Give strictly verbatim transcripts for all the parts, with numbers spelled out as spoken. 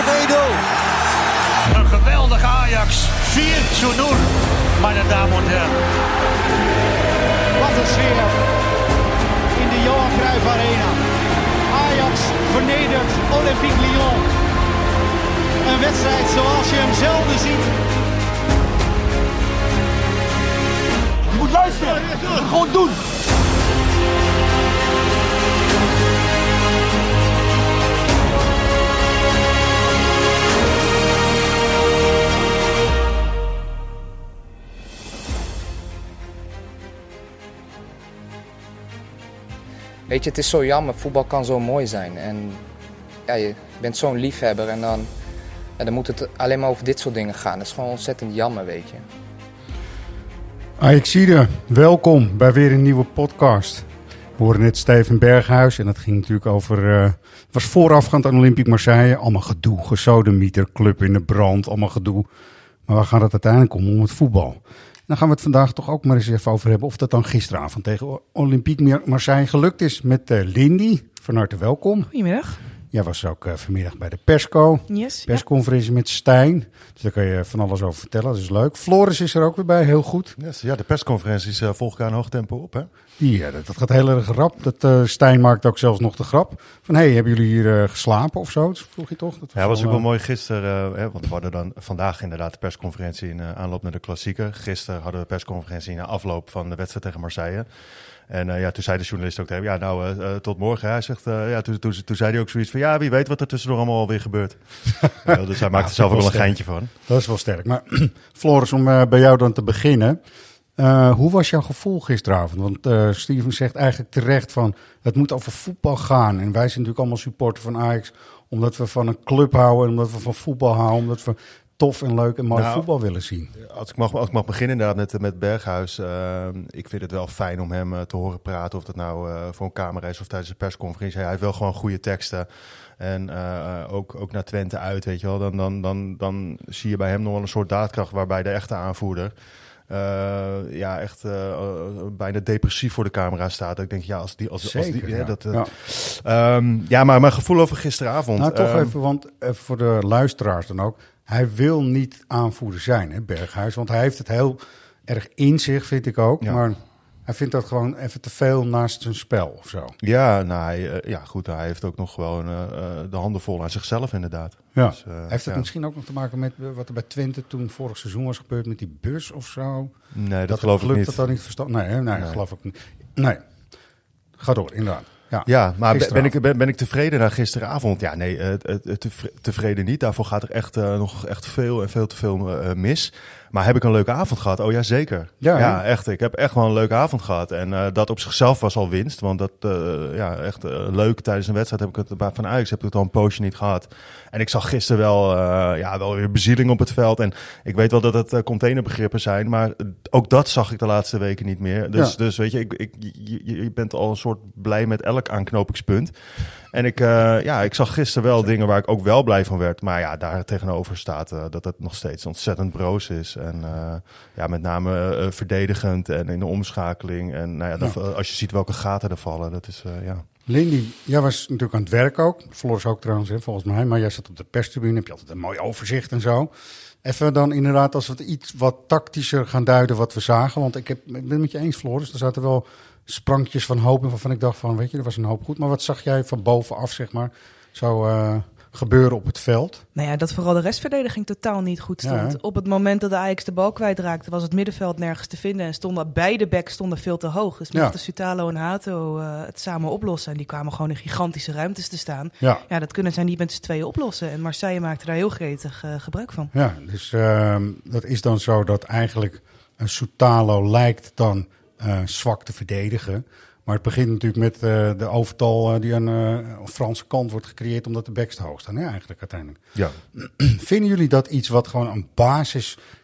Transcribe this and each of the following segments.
nog één nul. Een geweldig Ajax. vier zu nul, meine Damen und Herren. Wat een sfeer in de Johan Cruijff Arena. Ajax vernedert Olympique Lyon. Een wedstrijd zoals je hem zelden ziet. Je moet luisteren. Je moet gewoon doen. Weet je, het is zo jammer. Voetbal kan zo mooi zijn. En ja, je bent zo'n liefhebber en dan, ja, dan moet het alleen maar over dit soort dingen gaan. Dat is gewoon ontzettend jammer, weet je. Ajaxide, welkom bij weer een nieuwe podcast. We horen net Steven Berghuis en dat ging natuurlijk over... Uh, het was voorafgaand aan Olympique Marseille. Allemaal gedoe, gesodemieter, club in de brand, allemaal gedoe. Maar waar gaat het uiteindelijk om? Om het voetbal. Dan gaan we het vandaag toch ook maar eens even over hebben of dat dan gisteravond tegen Olympique Marseille gelukt is met uh, Lindy. Van harte welkom. Goedemiddag. Jij was ook uh, vanmiddag bij de persco. Yes. Persconferentie ja. met Stijn. Dus daar kan je van alles over vertellen. Dat is leuk. Floris is er ook weer bij, heel goed. Yes, ja, de persconferenties uh, volgen aan een hoog tempo op, hè? Ja, dat, dat gaat heel erg rap. Dat, uh, Stijn maakt ook zelfs nog de grap. Van, hé, hey, hebben jullie hier uh, geslapen of zo? Dat vroeg je toch? Dat was ja, was ook wel wel mooi gisteren. Uh, hè, want we hadden dan vandaag inderdaad de persconferentie in uh, aanloop naar de klassieker. Gisteren hadden we de persconferentie in afloop van de wedstrijd tegen Marseille. En uh, ja, toen zei de journalist ook tegen hem, ja nou, uh, uh, tot morgen. Hij zegt, uh, ja, toen, toen, toen zei hij ook zoiets van, ja, wie weet wat er tussendoor allemaal alweer gebeurt. uh, dus hij maakte er zelf ook wel een geintje van. Dat is wel sterk. Maar Floris, om uh, bij jou dan te beginnen. Uh, hoe was jouw gevoel gisteravond? Want uh, Steven zegt eigenlijk terecht van, het moet over voetbal gaan. En wij zijn natuurlijk allemaal supporter van Ajax, omdat we van een club houden, omdat we van voetbal houden, omdat we tof en leuk en mooi nou, voetbal willen zien. Als ik mag, als ik mag beginnen inderdaad met, met Berghuis. Uh, ik vind het wel fijn om hem uh, te horen praten. Of dat nou uh, voor een camera is of tijdens een persconferentie. Hij heeft wel gewoon goede teksten. En uh, ook, ook naar Twente uit, weet je wel. Dan, dan, dan, dan zie je bij hem nog wel een soort daadkracht waarbij de echte aanvoerder... Uh, ja, echt uh, uh, bijna depressief voor de camera staat. Ik denk, ja, als die... Als, Zeker, als die ja. Ja, dat, uh, ja. Um, ja, maar mijn gevoel over gisteravond... Nou, toch um, even, want uh, voor de luisteraars dan ook... Hij wil niet aanvoerder zijn, hè, Berghuis. Want hij heeft het heel erg in zich, vind ik ook. Ja. Maar hij vindt dat gewoon even te veel naast zijn spel of zo. Ja, nou, hij, uh, ja goed, hij heeft ook nog gewoon uh, de handen vol aan zichzelf inderdaad. Ja. Dus, uh, heeft het ja. misschien ook nog te maken met wat er bij Twente toen vorig seizoen was gebeurd met die bus of zo? Nee, dat, dat geloof ik niet. Dat dat niet verstand? Nee, nee, nee, dat geloof ik niet. Nee, ga door, inderdaad. Ja, ja, maar ben ik, ben, ben ik tevreden na gisteravond? Ja, nee, uh, uh, tevreden niet. Daarvoor gaat er echt uh, nog echt veel en veel te veel uh, mis. Maar heb ik een leuke avond gehad? Oh ja, zeker. Ja, ja echt. Ik heb echt wel een leuke avond gehad. En uh, dat op zichzelf was al winst. Want dat, uh, ja, echt uh, leuk tijdens een wedstrijd heb ik het van Ajax heb ik het al een poosje niet gehad. En ik zag gisteren wel, uh, ja, wel weer bezieling op het veld. En ik weet wel dat het uh, containerbegrippen zijn. Maar ook dat zag ik de laatste weken niet meer. Dus, ja. dus weet je, ik, ik, je, je bent al een soort blij met elk aanknopingspunt. En ik, uh, ja, ik zag gisteren wel dingen waar ik ook wel blij van werd. Maar ja, daar tegenover staat uh, dat het nog steeds ontzettend broos is. En uh, ja, met name uh, verdedigend en in de omschakeling. En nou ja, dat, ja. als je ziet welke gaten er vallen, dat is, uh, ja... Lindy, jij was natuurlijk aan het werk ook. Floris ook trouwens, hè, volgens mij. Maar jij zat op de perstribune, heb je altijd een mooi overzicht en zo. Even dan inderdaad, als we het iets wat tactischer gaan duiden wat we zagen. Want ik, heb, ik ben het met je eens, Floris. Er zaten wel sprankjes van hoop en waarvan ik dacht van, weet je, er was een hoop goed. Maar wat zag jij van bovenaf, zeg maar, zo uh, gebeuren op het veld? Nou ja, dat vooral de restverdediging totaal niet goed stond. Ja, op het moment dat de Ajax de bal kwijtraakte, was het middenveld nergens te vinden. En stonden beide backs stonden veel te hoog. Dus mochten ja. Sutalo en Hato uh, het samen oplossen. En die kwamen gewoon in gigantische ruimtes te staan. Ja, ja dat kunnen zij niet met z'n tweeën oplossen. En Marseille maakte daar heel gretig uh, gebruik van. Ja, dus uh, dat is dan zo dat eigenlijk uh, Sutalo lijkt dan uh, zwak te verdedigen. Maar het begint natuurlijk met uh, de overtal uh, die aan de uh, Franse kant wordt gecreëerd omdat de backs te hoog staan. Ja, eigenlijk uiteindelijk. Ja. Vinden jullie dat iets wat gewoon een basis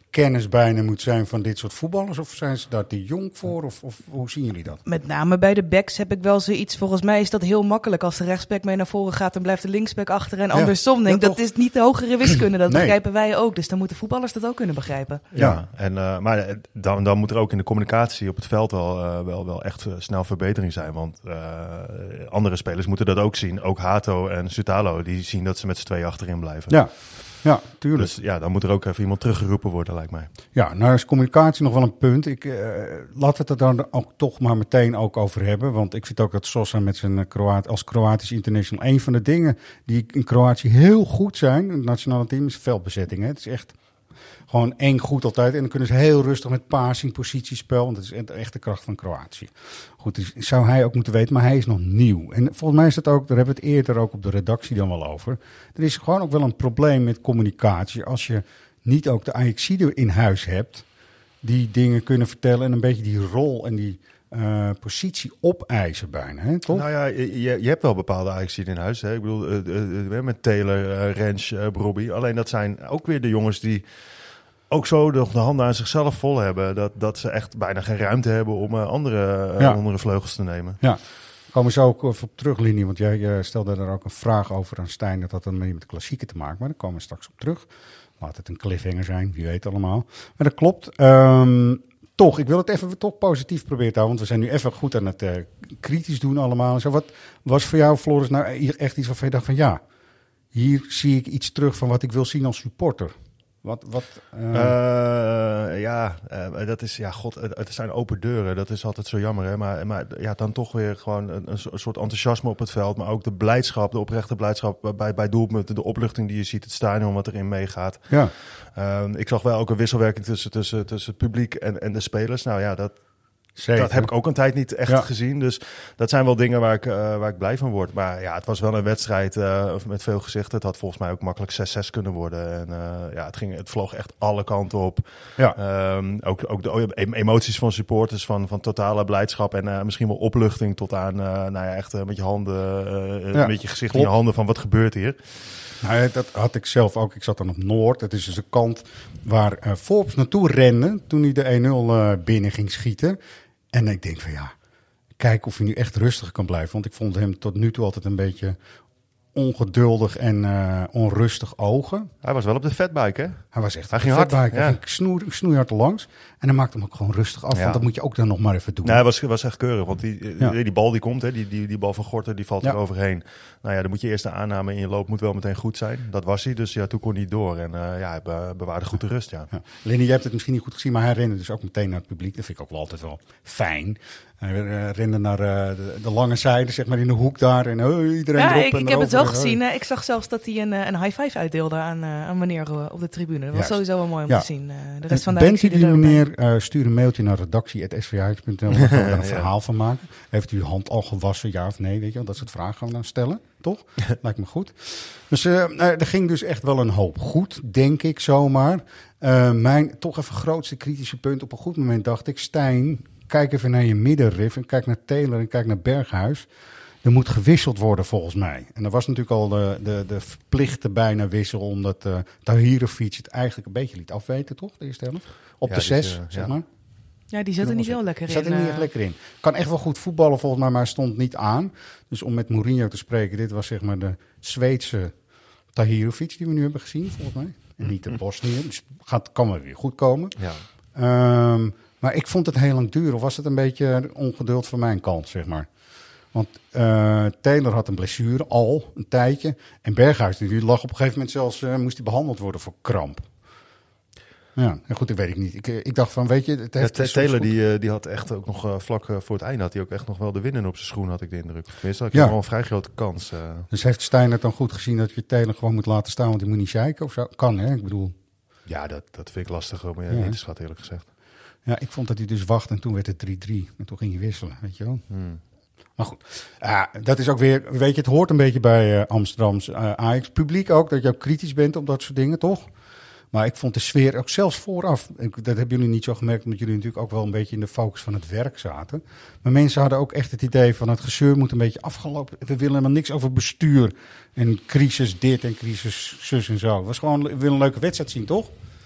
kennis bijna moet zijn van dit soort voetballers? Of zijn ze daar te jong voor? Of, of hoe zien jullie dat? Met name bij de backs heb ik wel zoiets. Volgens mij is dat heel makkelijk. Als de rechtsback mee naar voren gaat, dan blijft de linksback achter en ja, andersom. Denk, ja, dat is niet de hogere wiskunde. Dat nee. begrijpen wij ook. Dus dan moeten voetballers dat ook kunnen begrijpen. Ja, ja en, uh, maar dan, dan moet er ook in de communicatie op het veld wel, uh, wel, wel echt uh, snel verbetering zijn. Want uh, andere spelers moeten dat ook zien. Ook Hato en Sutalo, die zien dat ze met z'n tweeën achterin blijven. Ja. Ja, tuurlijk. Dus ja, dan moet er ook even iemand teruggeroepen worden, lijkt mij. Ja, nou is communicatie nog wel een punt. Ik, uh, laten we het er dan ook toch maar meteen ook over hebben. Want ik vind ook dat Sosa met zijn Kroaat, als Kroatisch international... een van de dingen die in Kroatië heel goed zijn... het nationale team is veldbezetting. Hè. Het is echt gewoon eng goed altijd. En dan kunnen ze heel rustig met passing, positiespel. Want dat is echt de kracht van Kroatië. Goed, dus zou hij ook moeten weten, maar hij is nog nieuw. En volgens mij is dat ook, daar hebben we het eerder ook op de redactie dan wel over. Er is gewoon ook wel een probleem met communicatie als je niet ook de Ajaxiden in huis hebt die dingen kunnen vertellen en een beetje die rol en die uh, positie opeisen bijna, hè, toch? Nou ja, je, je hebt wel bepaalde Ajaxiden in huis. Hè? Ik bedoel, uh, uh, met Taylor, uh, Rens, uh, Brobby. Alleen dat zijn ook weer de jongens die ook zo de, de handen aan zichzelf vol hebben. Dat, dat ze echt bijna geen ruimte hebben om uh, andere, uh, ja. andere vleugels te nemen. Ja, daar komen ze ook even op terug, Linie. Want jij, jij stelde daar ook een vraag over aan Stijn. Dat had dan mee met de klassieken te maken. Maar daar komen we straks op terug. Laat het een cliffhanger zijn, wie weet allemaal. Maar dat klopt. Um, toch, ik wil het even toch positief proberen te houden. Want we zijn nu even goed aan het uh, kritisch doen allemaal. En zo. Wat was voor jou, Floris, nou echt iets waarvan je dacht van ja, hier zie ik iets terug van wat ik wil zien als supporter? Wat, wat, uh... Uh, ja, uh, dat is, ja, god, het, het zijn open deuren. Dat is altijd zo jammer, hè. Maar, maar ja, dan toch weer gewoon een, een soort enthousiasme op het veld. Maar ook de blijdschap, de oprechte blijdschap bij, bij doelpunten. De opluchting die je ziet, het stadion wat erin meegaat. Ja. Uh, ik zag wel ook een wisselwerking tussen, tussen, tussen het publiek en, en de spelers. Nou ja, dat... Zeker. Dat heb ik ook een tijd niet echt ja. gezien. Dus dat zijn wel dingen waar ik, uh, waar ik blij van word. Maar ja, het was wel een wedstrijd uh, met veel gezichten. Het had volgens mij ook makkelijk zes zes kunnen worden. En uh, ja, het, ging, het vloog echt alle kanten op. Ja. Um, ook, ook de emoties van supporters, van, van totale blijdschap en uh, misschien wel opluchting tot aan, uh, nou ja, echt uh, met je handen, uh, ja, met je gezicht klopt. In je handen van wat gebeurt hier. Nou, dat had ik zelf ook. Ik zat dan op Noord. Dat is dus de kant waar uh, Forbes naartoe rende toen hij de één nul uh, binnen ging schieten. En ik denk van ja, kijk of hij nu echt rustig kan blijven. Want ik vond hem tot nu toe altijd een beetje ongeduldig en uh, onrustig ogen. Hij was wel op de fatbike, hè? Hij was echt hij op ging de fatbike. hard. Hij ja. ging snoer, snoeihard langs. En hij maakte hem ook gewoon rustig af. Ja. Want dat moet je ook dan nog maar even doen. Nee, hij was, was echt keurig. Want die, ja. die bal die komt, hè, die, die, die bal van Gorter, die valt ja. er overheen. Nou ja, dan moet je eerst de aanname in je loop moet wel meteen goed zijn. Dat was hij. Dus ja, toen kon hij door. En uh, ja, hij be, bewaarde goed de rust, ja. ja. Lenny, jij hebt het misschien niet goed gezien, maar hij rende dus ook meteen naar het publiek. Dat vind ik ook wel altijd wel fijn. Hij uh, rende naar uh, de, de lange zijde, zeg maar in de hoek daar. En uh, iedereen ja, erop ik, en ik heb het wel en, gezien. Uh, ik zag zelfs dat hij een, een high five uitdeelde aan, uh, aan meneer uh, op de tribune. Dat was ja. sowieso wel mooi om ja. te zien. Uh, de rest van de bent u die meneer, uh, stuur een mailtje naar redactie apenstaartje s v h punt n l. Daar gaan we daar een ja. verhaal van maken. Heeft u uw hand al gewassen, ja of nee? Weet je, dat soort vragen gaan we dan stellen, toch? Lijkt me goed. Dus uh, er ging dus echt wel een hoop goed, denk ik zomaar. Uh, mijn toch even grootste kritische punt. Op een goed moment dacht ik, Stijn, kijk even naar je middenrif en kijk naar Taylor en kijk naar Berghuis. Er moet gewisseld worden volgens mij. En er was natuurlijk al de, de, de verplichte bijna wissel, omdat uh, Tahirovic het eigenlijk een beetje liet afweten, toch? De eerste helft. Op ja, de zes, uh, zeg ja. maar. Ja, die zat er niet heel lekker in. Zat er niet echt lekker in. Kan echt wel goed voetballen volgens mij, maar stond niet aan. Dus om met Mourinho te spreken, dit was zeg maar de Zweedse Tahirovic die we nu hebben gezien, volgens mij. En niet de Bosnië. Dus gaat, kan wel weer goed komen. Ja. Um, maar ik vond het heel lang duren. Of was het een beetje ongeduld van mijn kant, zeg maar. Want uh, Taylor had een blessure al een tijdje. En Berghuis die lag op een gegeven moment zelfs, uh, moest hij behandeld worden voor kramp. Ja, en goed, dat weet ik niet. Ik, ik dacht van, weet je... Het heeft ja, Taylor die, die had echt ook nog uh, vlak uh, voor het einde... had hij ook echt nog wel de winnen op zijn schoen, had ik de indruk. Tenminste, had je ja. wel een vrij grote kans. Uh. Dus heeft Stijn het dan goed gezien dat je Taylor gewoon moet laten staan... want hij moet niet zeiken of zo? Kan, hè? Ik bedoel... Ja, dat, dat vind ik lastig om je ja. in te schatten, eerlijk gezegd. Ja, ik vond dat hij dus wachtte en toen werd het drie drie. En toen ging hij wisselen, weet je wel. Hmm. Maar goed, uh, dat is ook weer... Weet je, het hoort een beetje bij uh, Amsterdams uh, Ajax. Publiek ook, dat je ook kritisch bent op dat soort dingen, toch? Maar ik vond de sfeer ook zelfs vooraf... Ik, dat hebben jullie niet zo gemerkt... omdat jullie natuurlijk ook wel een beetje in de focus van het werk zaten. Maar mensen hadden ook echt het idee van... het gezeur moet een beetje afgelopen. We willen helemaal niks over bestuur. En crisis dit en crisis zus en zo. Het was gewoon... We willen een leuke wedstrijd zien, toch?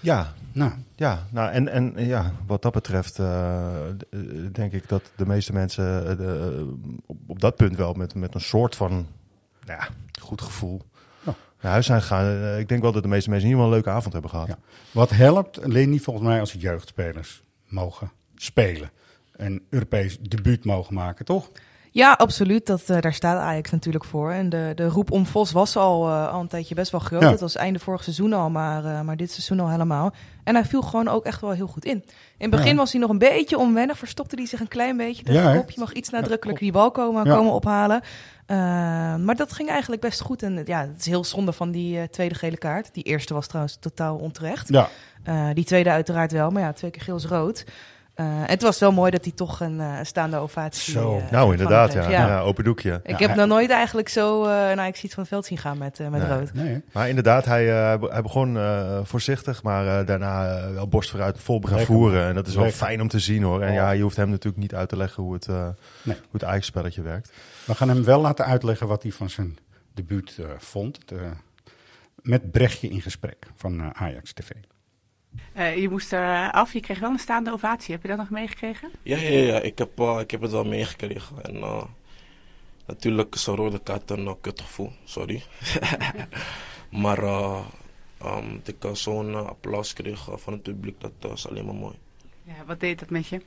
Ja, nou, ja, nou en, en ja, wat dat betreft uh, denk ik dat de meeste mensen uh, de, op, op dat punt wel met, met een soort van nou ja, goed gevoel ja. naar huis zijn gegaan. Uh, ik denk wel dat de meeste mensen in ieder geval een leuke avond hebben gehad. Ja. Wat helpt, Lindy, volgens mij als jeugdspelers mogen spelen. Een Europees debuut mogen maken, toch? Ja, absoluut. Dat, uh, daar staat Ajax natuurlijk voor. En de, de roep om Vos was al, uh, al een tijdje best wel groot. Ja. Dat was einde vorig seizoen al, maar, uh, maar dit seizoen al helemaal. En hij viel gewoon ook echt wel heel goed in. In het begin ja. was hij nog een beetje onwennig. Verstopte hij zich een klein beetje. Dacht ja, op, je mag iets nadrukkelijker die bal komen, ja. komen ophalen. Uh, maar dat ging eigenlijk best goed. En ja, het is heel zonde van die uh, tweede gele kaart. Die eerste was trouwens totaal onterecht. Ja. Uh, die tweede uiteraard wel, maar ja, twee keer geel is rood. Uh, het was wel mooi dat hij toch een uh, staande ovatie zo. Uh, nou, inderdaad, ja. Ja. ja. Open doekje. Ik ja, heb nog nooit eigenlijk zo uh, nou, ik zie het van het veld zien gaan met, uh, met nee, rood. Nee. Maar inderdaad, hij, uh, hij begon uh, voorzichtig, maar uh, daarna uh, wel borst vooruit vol gaan Lekker, voeren. Man. En dat is Lekker. wel fijn om te zien, hoor. En oh. ja, je hoeft hem natuurlijk niet uit te leggen hoe het, uh, nee. hoe het Ajax-spelletje werkt. We gaan hem wel laten uitleggen wat hij van zijn debuut uh, vond. De, met Brechtje in gesprek van uh, Ajax T V. Uh, je moest er af, je kreeg wel een staande ovatie. Heb je dat nog meegekregen? Ja, ja, ja. Ik, heb, uh, ik heb het wel meegekregen. En uh, natuurlijk is een rode kaart een uh, kutgevoel, sorry. maar uh, um, dat ik uh, zo'n uh, applaus kreeg uh, van het publiek, dat uh, is alleen maar mooi. Ja, wat deed dat met je?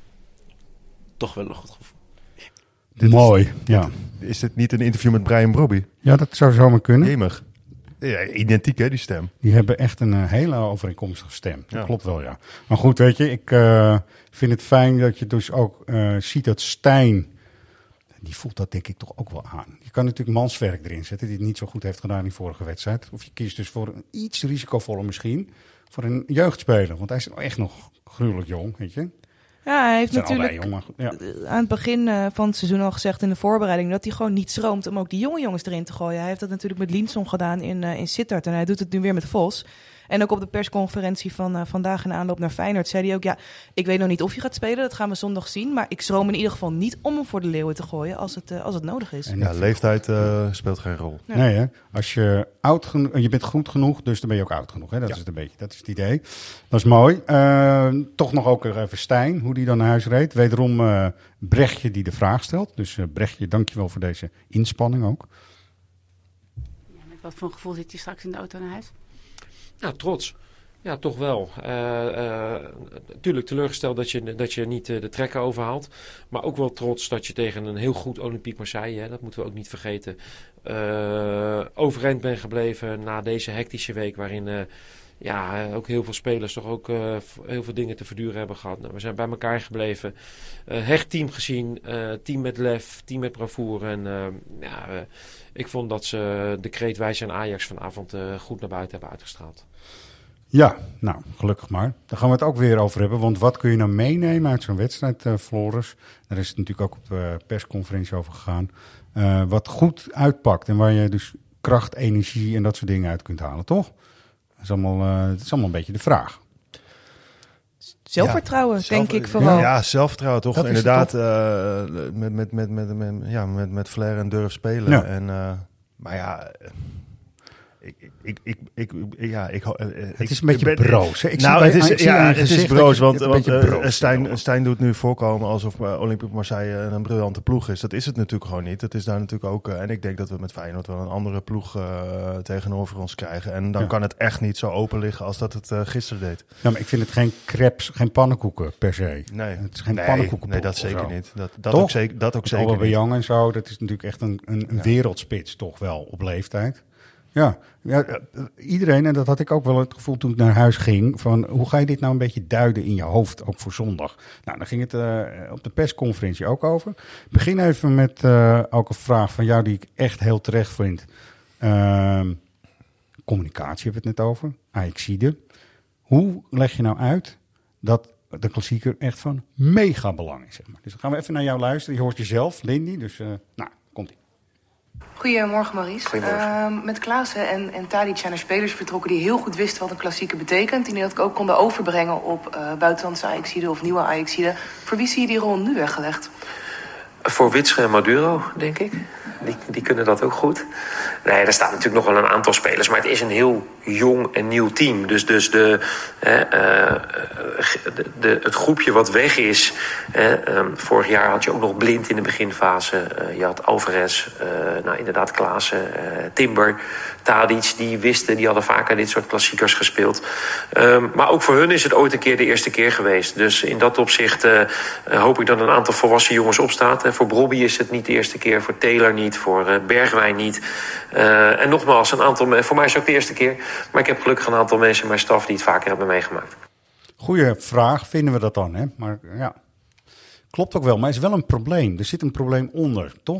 Toch wel een goed gevoel. Dit mooi, is, ja. Is dit niet een interview met Brian Brobby? Ja, dat zou zomaar kunnen. Jemig. Ja, identiek hè, die stem. Die hebben echt een uh, hele overeenkomstige stem. Dat ja. klopt wel, ja. Maar goed, weet je, ik uh, vind het fijn dat je dus ook uh, ziet dat Stijn, die voelt dat denk ik toch ook wel aan. Je kan natuurlijk Manswerk erin zetten, die het niet zo goed heeft gedaan in die vorige wedstrijd. Of je kiest dus voor een iets risicovoller misschien, voor een jeugdspeler. Want hij is echt nog gruwelijk jong, weet je. Ja, hij heeft natuurlijk jong, maar, ja. aan het begin uh, van het seizoen al gezegd in de voorbereiding dat hij gewoon niet schroomt om ook die jonge jongens erin te gooien. Hij heeft dat natuurlijk met Linson gedaan in, uh, in Sittard en hij doet het nu weer met Vos. En ook op de persconferentie van uh, vandaag in aanloop naar Feyenoord zei hij ook, ja, ik weet nog niet of je gaat spelen, dat gaan we zondag zien. Maar ik schroom in ieder geval niet om hem voor de leeuwen te gooien als het, uh, als het nodig is. En ja, leeftijd uh, speelt geen rol. Ja. Nee, hè? Als je oud geno- je bent goed genoeg, dus dan ben je ook oud genoeg. Hè? Dat ja. is het een beetje, dat is het idee. Dat is mooi. Uh, toch nog ook even Stijn, hoe die dan naar huis reed. Wederom uh, Brechtje die de vraag stelt. Dus uh, Brechtje, dankjewel voor deze inspanning ook. Ja, met wat voor gevoel zit je straks in de auto naar huis? Ja, trots. Ja, toch wel. Uh, uh, tuurlijk teleurgesteld dat je, dat je niet uh, de trekker overhaalt. Maar ook wel trots dat je tegen een heel goed Olympique Marseille, hè, dat moeten we ook niet vergeten, uh, overeind bent gebleven na deze hectische week waarin uh, ja, ook heel veel spelers toch ook uh, heel veel dingen te verduren hebben gehad. Nou, we zijn bij elkaar gebleven. Uh, hecht team gezien. Uh, team met lef. Team met bravoure. En uh, ja, uh, ik vond dat ze de kreet wij zijn Ajax vanavond uh, goed naar buiten hebben uitgestraald. Ja, nou, gelukkig maar. Daar gaan we het ook weer over hebben. Want wat kun je nou meenemen uit zo'n wedstrijd, uh, Floris? Daar is het natuurlijk ook op de persconferentie over gegaan. Uh, wat goed uitpakt en waar je dus kracht, energie en dat soort dingen uit kunt halen, toch? Dat is allemaal, uh, dat is allemaal een beetje de vraag. Zelfvertrouwen, ja, zelf, denk ik vooral. Ja, ja zelfvertrouwen toch. Dat inderdaad, uh, met, met, met, met, met, ja, met, met flair en durf spelen. Ja. En, uh, maar ja... Ik, ik, ik, ik, ja, ik, uh, het ik, is een beetje ben, broos. Ik nou, bij, het is, ja, het is broos, want, want uh, broos, Stijn, Stijn doet nu voorkomen alsof uh, Olympique Marseille een briljante ploeg is. Dat is het natuurlijk gewoon niet. Het is daar natuurlijk ook, uh, en ik denk dat we met Feyenoord wel een andere ploeg uh, tegenover ons krijgen. En dan ja. kan het echt niet zo open liggen als dat het uh, gisteren deed. Ja, maar ik vind het geen crepes, geen pannenkoeken per se. Nee, het is geen nee, pannenkoeken. Nee, dat zeker niet. Dat, dat ook zeker, dat ook zeker niet. Aubameyang en zo, dat is natuurlijk echt een, een, een ja. wereldspits toch wel op leeftijd. Ja, ja, iedereen, en dat had ik ook wel het gevoel toen ik naar huis ging, van hoe ga je dit nou een beetje duiden in je hoofd, ook voor zondag? Nou, daar ging het uh, op de persconferentie ook over. Ik begin even met uh, ook een vraag van jou die ik echt heel terecht vind. Uh, communicatie hebben we het net over, Ajaxide. Hoe leg je nou uit dat de klassieker echt van mega belang is? Zeg maar. Dus dan gaan we even naar jou luisteren. Je hoort jezelf, Lindy, dus uh, nou, komt-ie. Goedemorgen Maurice. Goedemorgen. Uh, met Klaassen en, en Tadic zijn er spelers vertrokken die heel goed wisten wat een klassieker betekent. Die dat ook konden overbrengen op uh, buitenlandse Ajaxiden of nieuwe Ajaxiden. Voor wie zie je die rol nu weggelegd? Voor Witsche en Maduro, denk ik. die, die kunnen dat ook goed. Nee, er staan natuurlijk nog wel een aantal spelers, maar het is een heel jong en nieuw team. Dus, dus de, eh, uh, de, de, het groepje wat weg is... Eh, um, vorig jaar had je ook nog Blind in de beginfase. Uh, je had Alvarez, uh, nou inderdaad Klaassen, uh, Timber, Tadic. Die wisten, die hadden vaker dit soort klassiekers gespeeld. Um, maar ook voor hun is het ooit een keer de eerste keer geweest. Dus in dat opzicht uh, uh, hoop ik dat een aantal volwassen jongens opstaat. Uh, voor Brobby is het niet de eerste keer, voor Taylor niet, voor uh, Bergwijn niet. Uh, en nogmaals, een aantal, voor mij is het ook de eerste keer. Maar ik heb gelukkig een aantal mensen in mijn staf die het vaker hebben meegemaakt. Goeie vraag, vinden we dat dan, hè? Maar ja, klopt ook wel. Maar er is wel een probleem. Er zit een probleem onder, toch?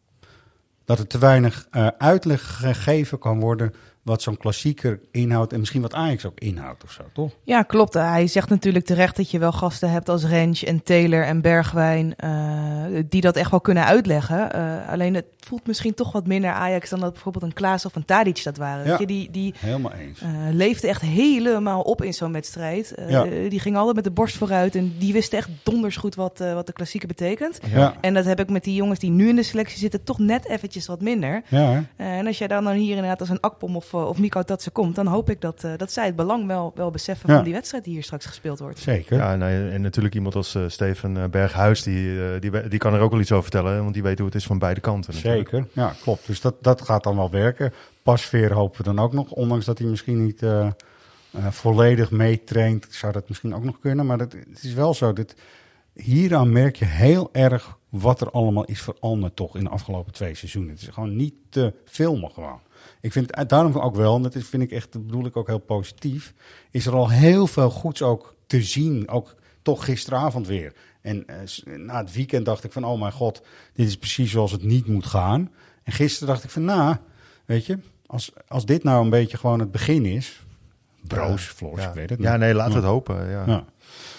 Dat er te weinig uh, uitleg gegeven kan worden wat zo'n klassieker inhoudt en misschien wat Ajax ook inhoudt of zo, toch? Ja, klopt. Hij zegt natuurlijk terecht dat je wel gasten hebt als Rens en Taylor en Bergwijn uh, die dat echt wel kunnen uitleggen. Uh, alleen het voelt misschien toch wat minder Ajax dan dat bijvoorbeeld een Klaas of een Tadic dat waren. Ja, weet je, die die helemaal eens. Uh, leefde echt helemaal op in zo'n wedstrijd. Uh, ja. Die ging altijd met de borst vooruit en die wisten echt donders goed wat, uh, wat de klassieker betekent. Ja. En dat heb ik met die jongens die nu in de selectie zitten toch net eventjes wat minder. Ja, uh, en als jij dan, dan hier inderdaad als een Akpom of of Mikko Tatsen komt, dan hoop ik dat, uh, dat zij het belang wel, wel beseffen ja. van die wedstrijd die hier straks gespeeld wordt. Zeker. Ja, nee, en natuurlijk iemand als uh, Steven Berghuis, die, uh, die, die kan er ook wel iets over vertellen, want die weet hoe het is van beide kanten. Natuurlijk. Zeker, ja, klopt. Dus dat, dat gaat dan wel werken. Pasveer hopen we dan ook nog, ondanks dat hij misschien niet uh, uh, volledig meetraint, zou dat misschien ook nog kunnen. Maar dat, het is wel zo, dat hieraan merk je heel erg wat er allemaal is veranderd toch in de afgelopen twee seizoenen. Het is gewoon niet te filmen gewoon. Ik vind het daarom ook wel, en dat is, vind ik echt, dat bedoel ik ook heel positief, is er al heel veel goeds ook te zien, ook toch gisteravond weer. En uh, na het weekend dacht ik van, oh mijn god, dit is precies zoals het niet moet gaan. En gisteren dacht ik van, nou, weet je, als, als dit nou een beetje gewoon het begin is, broos, ja, Floors, ja. ik weet het Ja, niet. nee, laten we ja. het hopen, ja. ja.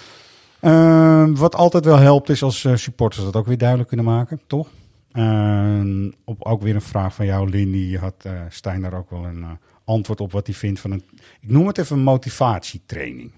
Uh, wat altijd wel helpt is als uh, supporters dat ook weer duidelijk kunnen maken, toch? Uh, op ook weer een vraag van jou, Lindy, had uh, Stijn daar ook wel een uh, antwoord op wat hij vindt van een, ik noem het even een motivatietraining.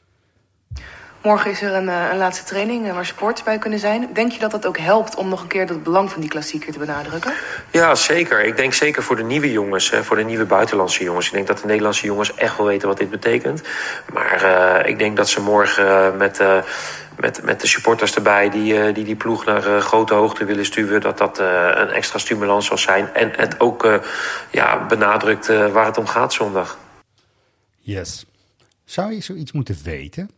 Morgen is er een, uh, een laatste training uh, waar supporters bij kunnen zijn. Denk je dat dat ook helpt om nog een keer het belang van die klassieker te benadrukken? Ja, zeker. Ik denk zeker voor de nieuwe jongens, hè, voor de nieuwe buitenlandse jongens. Ik denk dat de Nederlandse jongens echt wel weten wat dit betekent. Maar uh, ik denk dat ze morgen uh, met... Uh, Met, met de supporters erbij die, uh, die die ploeg naar uh, grote hoogte willen stuwen, dat dat uh, een extra stimulans zal zijn. En het ook uh, ja, benadrukt uh, waar het om gaat zondag. Yes. Zou je zoiets moeten weten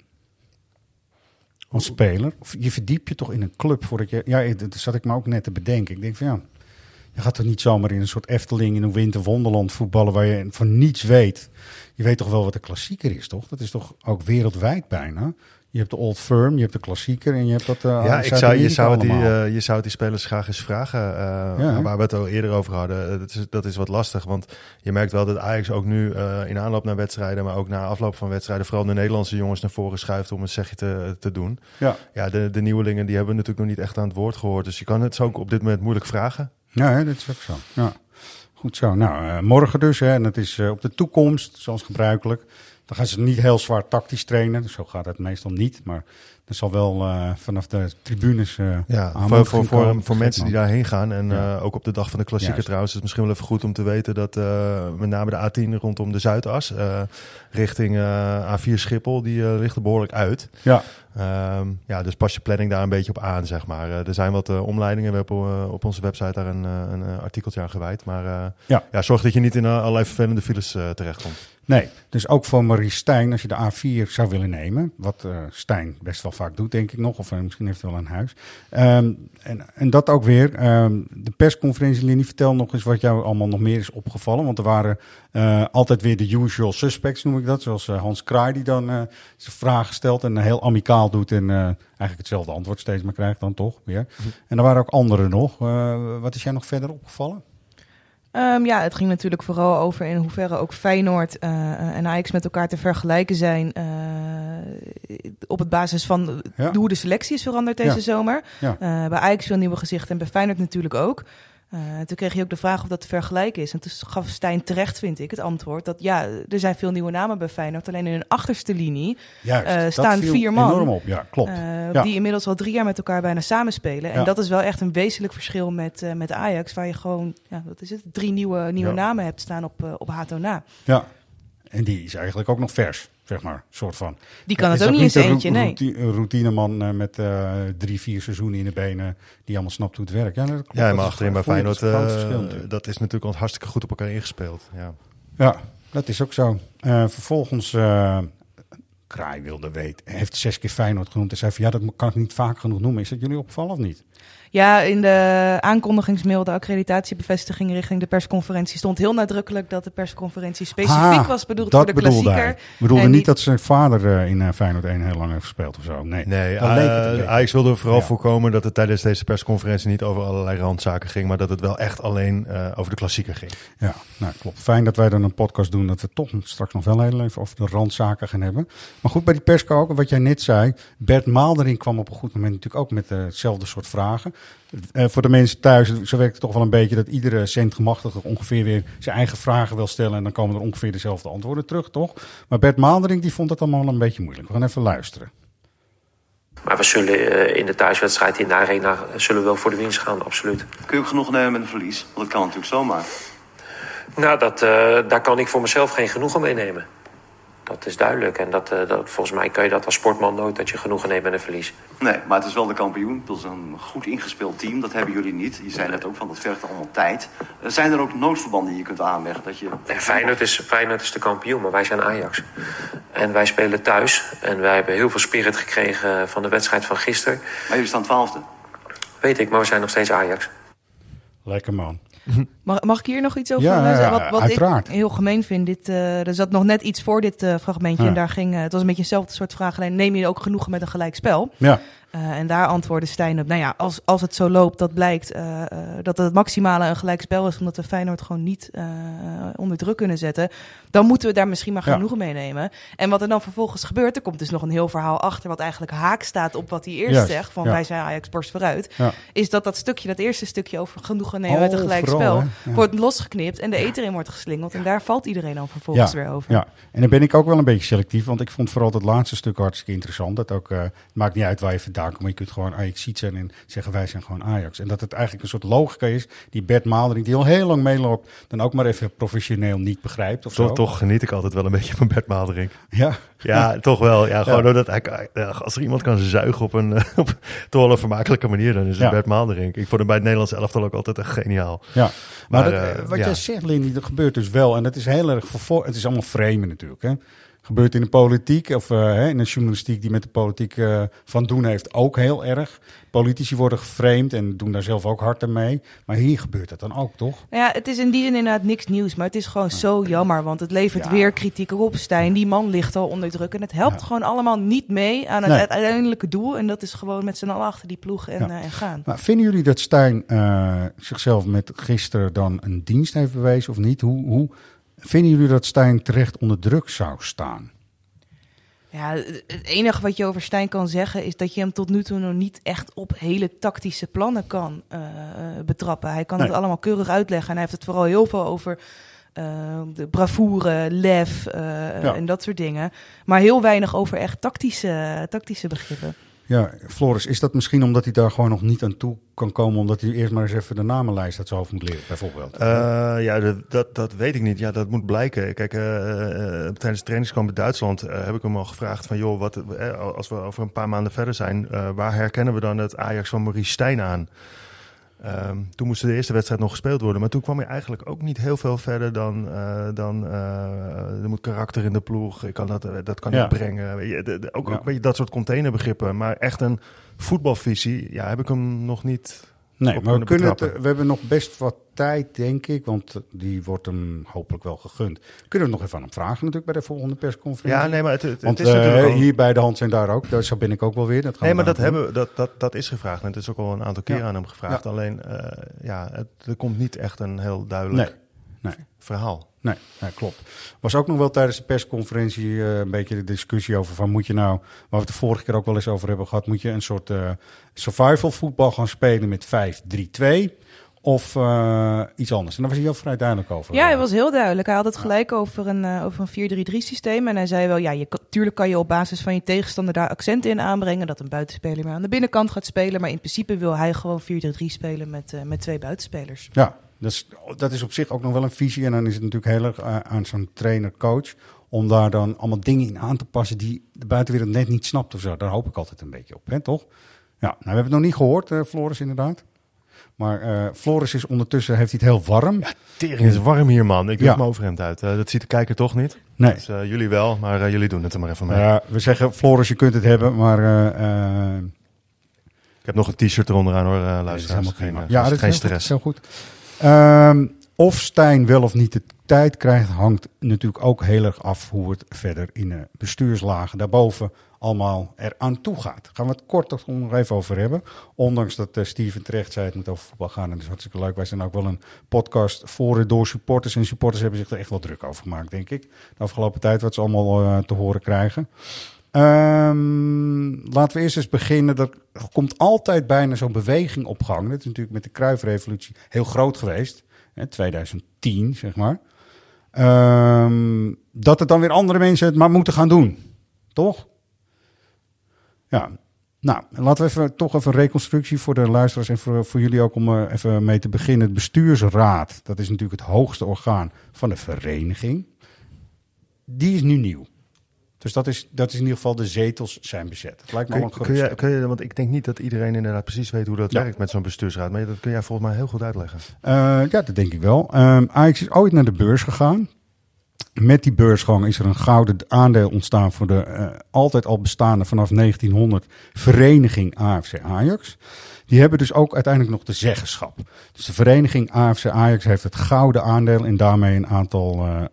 als speler? Of je verdiep je toch in een club voordat je... Ja, dat zat ik me ook net te bedenken. Ik denk van ja, je gaat toch niet zomaar in een soort Efteling in een winterwonderland voetballen waar je van niets weet. Je weet toch wel wat de klassieker is, toch? Dat is toch ook wereldwijd bijna? Je hebt de Old Firm, je hebt de klassieker en je hebt dat... Uh, ja, ik zou, je, zou die, uh, je zou die spelers graag eens vragen, uh, ja, waar we het al eerder over hadden. Dat is, dat is wat lastig, want je merkt wel dat Ajax ook nu uh, in aanloop naar wedstrijden, maar ook na afloop van wedstrijden, vooral de Nederlandse jongens naar voren schuift om een zegje te, te doen. Ja, ja de, de nieuwelingen die hebben we natuurlijk nog niet echt aan het woord gehoord, dus je kan het zo ook op dit moment moeilijk vragen. Ja, hè, dat is ook zo. Ja. Goed zo. Nou, uh, morgen dus, hè, en het is uh, op de toekomst, zoals gebruikelijk. Dan gaan ze niet heel zwaar tactisch trainen. Zo gaat het meestal niet. Maar er zal wel uh, vanaf de tribunes uh, ja, voor, voor, voor, voor mensen die daarheen gaan. En ja. uh, ook op de dag van de klassieker Juist. trouwens. Het is misschien wel even goed om te weten dat uh, met name de A tien rondom de Zuidas, uh, richting uh, A vier Schiphol, die uh, ligt er behoorlijk uit. Ja. Um, ja, dus pas je planning daar een beetje op aan, zeg maar. Uh, er zijn wat uh, omleidingen. We hebben uh, op onze website daar een, uh, een uh, artikeltje aan gewijd. Maar uh, ja. Ja, zorg dat je niet in uh, allerlei vervelende files uh, terechtkomt. Nee, dus ook voor Marie Stijn, als je de A vier zou willen nemen, wat uh, Stijn best wel vaak doet, denk ik nog, of uh, misschien heeft hij wel een huis. Um, en, en dat ook weer, um, de persconferentie, Lindy, vertel nog eens wat jou allemaal nog meer is opgevallen, want er waren uh, altijd weer de usual suspects, noem ik dat, zoals uh, Hans Kraai, die dan uh, zijn vragen stelt en uh, heel amicaal doet en uh, eigenlijk hetzelfde antwoord steeds maar krijgt dan toch weer. Hm. En er waren ook anderen nog. Uh, wat is jij nog verder opgevallen? Um, ja, het ging natuurlijk vooral over in hoeverre ook Feyenoord uh, en Ajax met elkaar te vergelijken zijn uh, op het basis van ja. hoe de selectie is veranderd deze ja. zomer. Ja. Uh, bij Ajax veel nieuwe gezichten en bij Feyenoord natuurlijk ook. Uh, en toen kreeg je ook de vraag of dat te vergelijken is. En toen gaf Stijn terecht, vind ik, het antwoord dat ja, er zijn veel nieuwe namen bij Feyenoord. Alleen in hun achterste linie Juist, uh, staan vier man. Enorm op, ja, klopt. Uh, ja. Die inmiddels al drie jaar met elkaar bijna samenspelen. En ja. dat is wel echt een wezenlijk verschil met, uh, met Ajax, waar je gewoon, ja, wat is het, drie nieuwe, nieuwe ja. namen hebt staan op, uh, op Hato na. Ja, en die is eigenlijk ook nog vers. Zeg maar, soort van. Die kan ja, het ook niet eens eentje, een nee. Een routineman uh, met uh, drie, vier seizoenen in de benen, die allemaal snapt hoe het werkt. Ja, dat klopt, ja maar achterin bij Feyenoord, uh, verschil, dat is natuurlijk al hartstikke goed op elkaar ingespeeld. Ja, ja dat is ook zo. Uh, vervolgens, uh, Kraai wilde weten, heeft zes keer Feyenoord genoemd en zei van ja, dat kan ik niet vaak genoeg noemen. Is dat jullie opgevallen of niet? Ja, in de aankondigingsmail, de accreditatiebevestiging richting de persconferentie, stond heel nadrukkelijk dat de persconferentie specifiek ha, was bedoeld voor de klassieker. Hij bedoelde niet, niet dat zijn vader uh, in uh, Feyenoord één heel lang heeft gespeeld of zo. Nee, nee uh, Ajax wilde vooral ja. voorkomen dat het tijdens deze persconferentie niet over allerlei randzaken ging, maar dat het wel echt alleen uh, over de klassieker ging. Ja, nou klopt. Fijn dat wij dan een podcast doen, dat we toch straks nog wel heel even over de randzaken gaan hebben. Maar goed, bij die persco ook, wat jij net zei, Bert Maalderink kwam op een goed moment natuurlijk ook met uh, hetzelfde soort vragen. Uh, voor de mensen thuis, zo werkt het toch wel een beetje dat iedere centgemachtigde ongeveer weer zijn eigen vragen wil stellen en dan komen er ongeveer dezelfde antwoorden terug, toch? Maar Bert Maalderink die vond dat allemaal een beetje moeilijk. We gaan even luisteren. Maar we zullen uh, in de thuiswedstrijd in de arena zullen we wel voor de winst gaan, absoluut. Kun je ook genoeg nemen met een verlies? Want dat kan natuurlijk zomaar. Nou, dat, uh, daar kan ik voor mezelf geen genoegen mee nemen. Dat is duidelijk. En dat, uh, dat, volgens mij kan je dat als sportman nooit, dat je genoegen neemt met een verlies. Nee, maar het is wel de kampioen. Dat is een goed ingespeeld team. Dat hebben jullie niet. Je zei net ook van, dat vergt allemaal tijd. Uh, zijn er ook noodverbanden die je kunt aanleggen? Dat je... nee, Feyenoord, is, Feyenoord is de kampioen, maar wij zijn Ajax. En wij spelen thuis. En wij hebben heel veel spirit gekregen van de wedstrijd van gisteren. Maar jullie staan twaalfde. Weet ik, maar we zijn nog steeds Ajax. Lekker man. Mag, mag ik hier nog iets over ja, zeggen? Ja, wat wat uiteraard. ik heel gemeen vind. Dit, uh, er zat nog net iets voor dit uh, fragmentje. Ja. En daar ging, uh, het was een beetje hetzelfde soort vraag. Alleen neem je ook genoegen met een gelijkspel? Ja. Uh, en daar antwoordde Stijn op. Nou ja, als, als het zo loopt, dat blijkt uh, uh, dat het maximale een gelijkspel is. Omdat we Feyenoord gewoon niet uh, onder druk kunnen zetten. Dan moeten we daar misschien maar genoegen ja. mee nemen. En wat er dan vervolgens gebeurt, er komt dus nog een heel verhaal achter. Wat eigenlijk haak staat op wat hij eerst Juist. zegt. Van ja. wij zijn Ajax borst vooruit. Ja. Is dat dat stukje, dat eerste stukje over genoegen nemen oh, met een gelijkspel. Ja. Wordt losgeknipt en de eter in wordt geslingeld. En daar valt iedereen dan vervolgens ja. weer over. Ja, en dan ben ik ook wel een beetje selectief. Want ik vond vooral het laatste stuk hartstikke interessant. Dat ook, uh, het maakt niet uit waar je vandaan komt. Maar je kunt gewoon Ajax zijn en zeggen wij zijn gewoon Ajax. En dat het eigenlijk een soort logica is. Die Bert Maalderink, die al heel lang meeloopt. Dan ook maar even professioneel niet begrijpt of toch, zo. Toch geniet ik altijd wel een beetje van Bert Maalderink. Ja? Ja, toch wel. Ja, gewoon ja. doordat hij, als er iemand kan zuigen op een, op toch wel een vermakelijke manier, dan is het ja. Bert Maalderink. Ik vond hem bij het Nederlands elftal ook altijd echt geniaal. Ja, maar, maar dat, uh, wat ja. jij zegt, Lindy, dat gebeurt dus wel. En dat is heel erg vervol- het is allemaal framen natuurlijk, hè. Gebeurt in de politiek of uh, in de journalistiek die met de politiek uh, van doen heeft ook heel erg. Politici worden geframed en doen daar zelf ook hard aan mee. Maar hier gebeurt dat dan ook, toch? Ja, het is in die zin inderdaad niks nieuws. Maar het is gewoon ja. zo jammer. Want het levert ja. weer kritiek op Stijn. Die man ligt al onder druk. En het helpt ja. gewoon allemaal niet mee aan het nee. uiteindelijke doel. En dat is gewoon met z'n allen achter die ploeg en, ja. uh, en gaan. Maar vinden jullie dat Stijn uh, zichzelf met gisteren dan een dienst heeft bewezen of niet? Hoe... hoe Vinden jullie dat Stijn terecht onder druk zou staan? Ja, het enige wat je over Stijn kan zeggen is dat je hem tot nu toe nog niet echt op hele tactische plannen kan uh, betrappen. Hij kan nee. het allemaal keurig uitleggen en hij heeft het vooral heel veel over uh, de bravoure, lef uh, ja. en dat soort dingen. Maar heel weinig over echt tactische, tactische begrippen. Ja, Floris, is dat misschien omdat hij daar gewoon nog niet aan toe kan komen, omdat hij eerst maar eens even de namenlijst uit zijn hoofd moet leren, bijvoorbeeld? Uh, ja, dat, dat, dat weet ik niet. Ja, dat moet blijken. Kijk, uh, uh, tijdens de trainingskamp in Duitsland uh, heb ik hem al gevraagd van, joh, wat, uh, als we over een paar maanden verder zijn, uh, waar herkennen we dan het Ajax van Maurice Stijn aan? Um, toen moest de eerste wedstrijd nog gespeeld worden. Maar toen kwam je eigenlijk ook niet heel veel verder dan... Uh, dan uh, er moet karakter in de ploeg. Ik kan dat, dat kan ja. ik brengen. De, de, ook, ja. ook een beetje dat soort containerbegrippen. Maar echt een voetbalvisie, ja, heb ik hem nog niet... Nee, maar we, kunnen het, we hebben nog best wat tijd, denk ik. Want die wordt hem hopelijk wel gegund. Kunnen we het nog even aan hem vragen natuurlijk bij de volgende persconferentie? Ja, nee, maar het, het, want, het is uh, natuurlijk al... hier bij de hand zijn daar ook. Daar zo ben ik ook wel weer. Dat gaan nee, we maar dat, doen. hebben, dat, dat, dat is gevraagd. En het is ook al een aantal keer ja. aan hem gevraagd. Ja. Alleen, uh, ja, het, er komt niet echt een heel duidelijk nee. Nee. verhaal. Nee, nee, klopt. Was ook nog wel tijdens de persconferentie uh, een beetje de discussie over van moet je nou, waar we het de vorige keer ook wel eens over hebben gehad, moet je een soort uh, survival voetbal gaan spelen met vijf drie twee of uh, iets anders. En daar was hij heel vrij duidelijk over. Ja, hij was heel duidelijk. Hij had het gelijk over een, uh, over een vier drie drie systeem. En hij zei wel, ja, je, tuurlijk kan je op basis van je tegenstander daar accenten in aanbrengen. Dat een buitenspeler maar aan de binnenkant gaat spelen. Maar in principe wil hij gewoon vier drie drie spelen met, uh, met twee buitenspelers. Ja, dat is, dat is op zich ook nog wel een visie. En dan is het natuurlijk heel erg uh, aan zo'n trainer-coach om daar dan allemaal dingen in aan te passen die de buitenwereld net niet snapt of zo. Daar hoop ik altijd een beetje op, hè, toch? Ja, nou, we hebben het nog niet gehoord, uh, Floris, inderdaad. Maar uh, Floris is ondertussen, heeft hij het heel warm. Ja, tering is warm hier, man. Ik doe ja. mijn overhemd uit. Uh, dat ziet de kijker toch niet. Nee. Dus, uh, jullie wel, maar uh, jullie doen het er maar even mee. Uh, we zeggen, Floris, je kunt het hebben, maar... Uh, uh, ik heb nog een t-shirt eronder aan, hoor, uh, luisteraars. Dat geen, uh, ja, dat geen is stress. Heel goed. Heel goed. Um, of Stijn wel of niet de tijd krijgt, hangt natuurlijk ook heel erg af hoe het verder in de bestuurslagen daarboven allemaal eraan toe gaat. Daar gaan we het kort nog even over hebben. Ondanks dat uh, Steven terecht zei, het moet over voetbal gaan. En dat is hartstikke leuk. Wij zijn ook wel een podcast voor en door supporters. En supporters hebben zich er echt wel druk over gemaakt, denk ik. De afgelopen tijd wat ze allemaal uh, te horen krijgen. Um, laten we eerst eens beginnen. Er komt altijd bijna zo'n beweging op gang. Dat is natuurlijk met de Cruyff-revolutie heel groot geweest. Hè, twintig tien, zeg maar. Um, dat het dan weer andere mensen het maar moeten gaan doen. Toch? Ja, nou, laten we even, toch even een reconstructie voor de luisteraars en voor, voor jullie ook om uh, even mee te beginnen. Het bestuursraad, dat is natuurlijk het hoogste orgaan van de vereniging. Die is nu nieuw. Dus dat is, dat is in ieder geval, de zetels zijn bezet. Het lijkt me kun, al een kun je, kun je, want ik denk niet dat iedereen inderdaad precies weet hoe dat ja. werkt met zo'n bestuursraad. Maar dat kun jij volgens mij heel goed uitleggen. Uh, ja, dat denk ik wel. Um, Ajax is ooit naar de beurs gegaan. Met die beursgang is er een gouden aandeel ontstaan voor de uh, altijd al bestaande vanaf negentienhonderd vereniging A F C Ajax. Die hebben dus ook uiteindelijk nog de zeggenschap. Dus de vereniging A F C Ajax heeft het gouden aandeel en daarmee een aantal uh,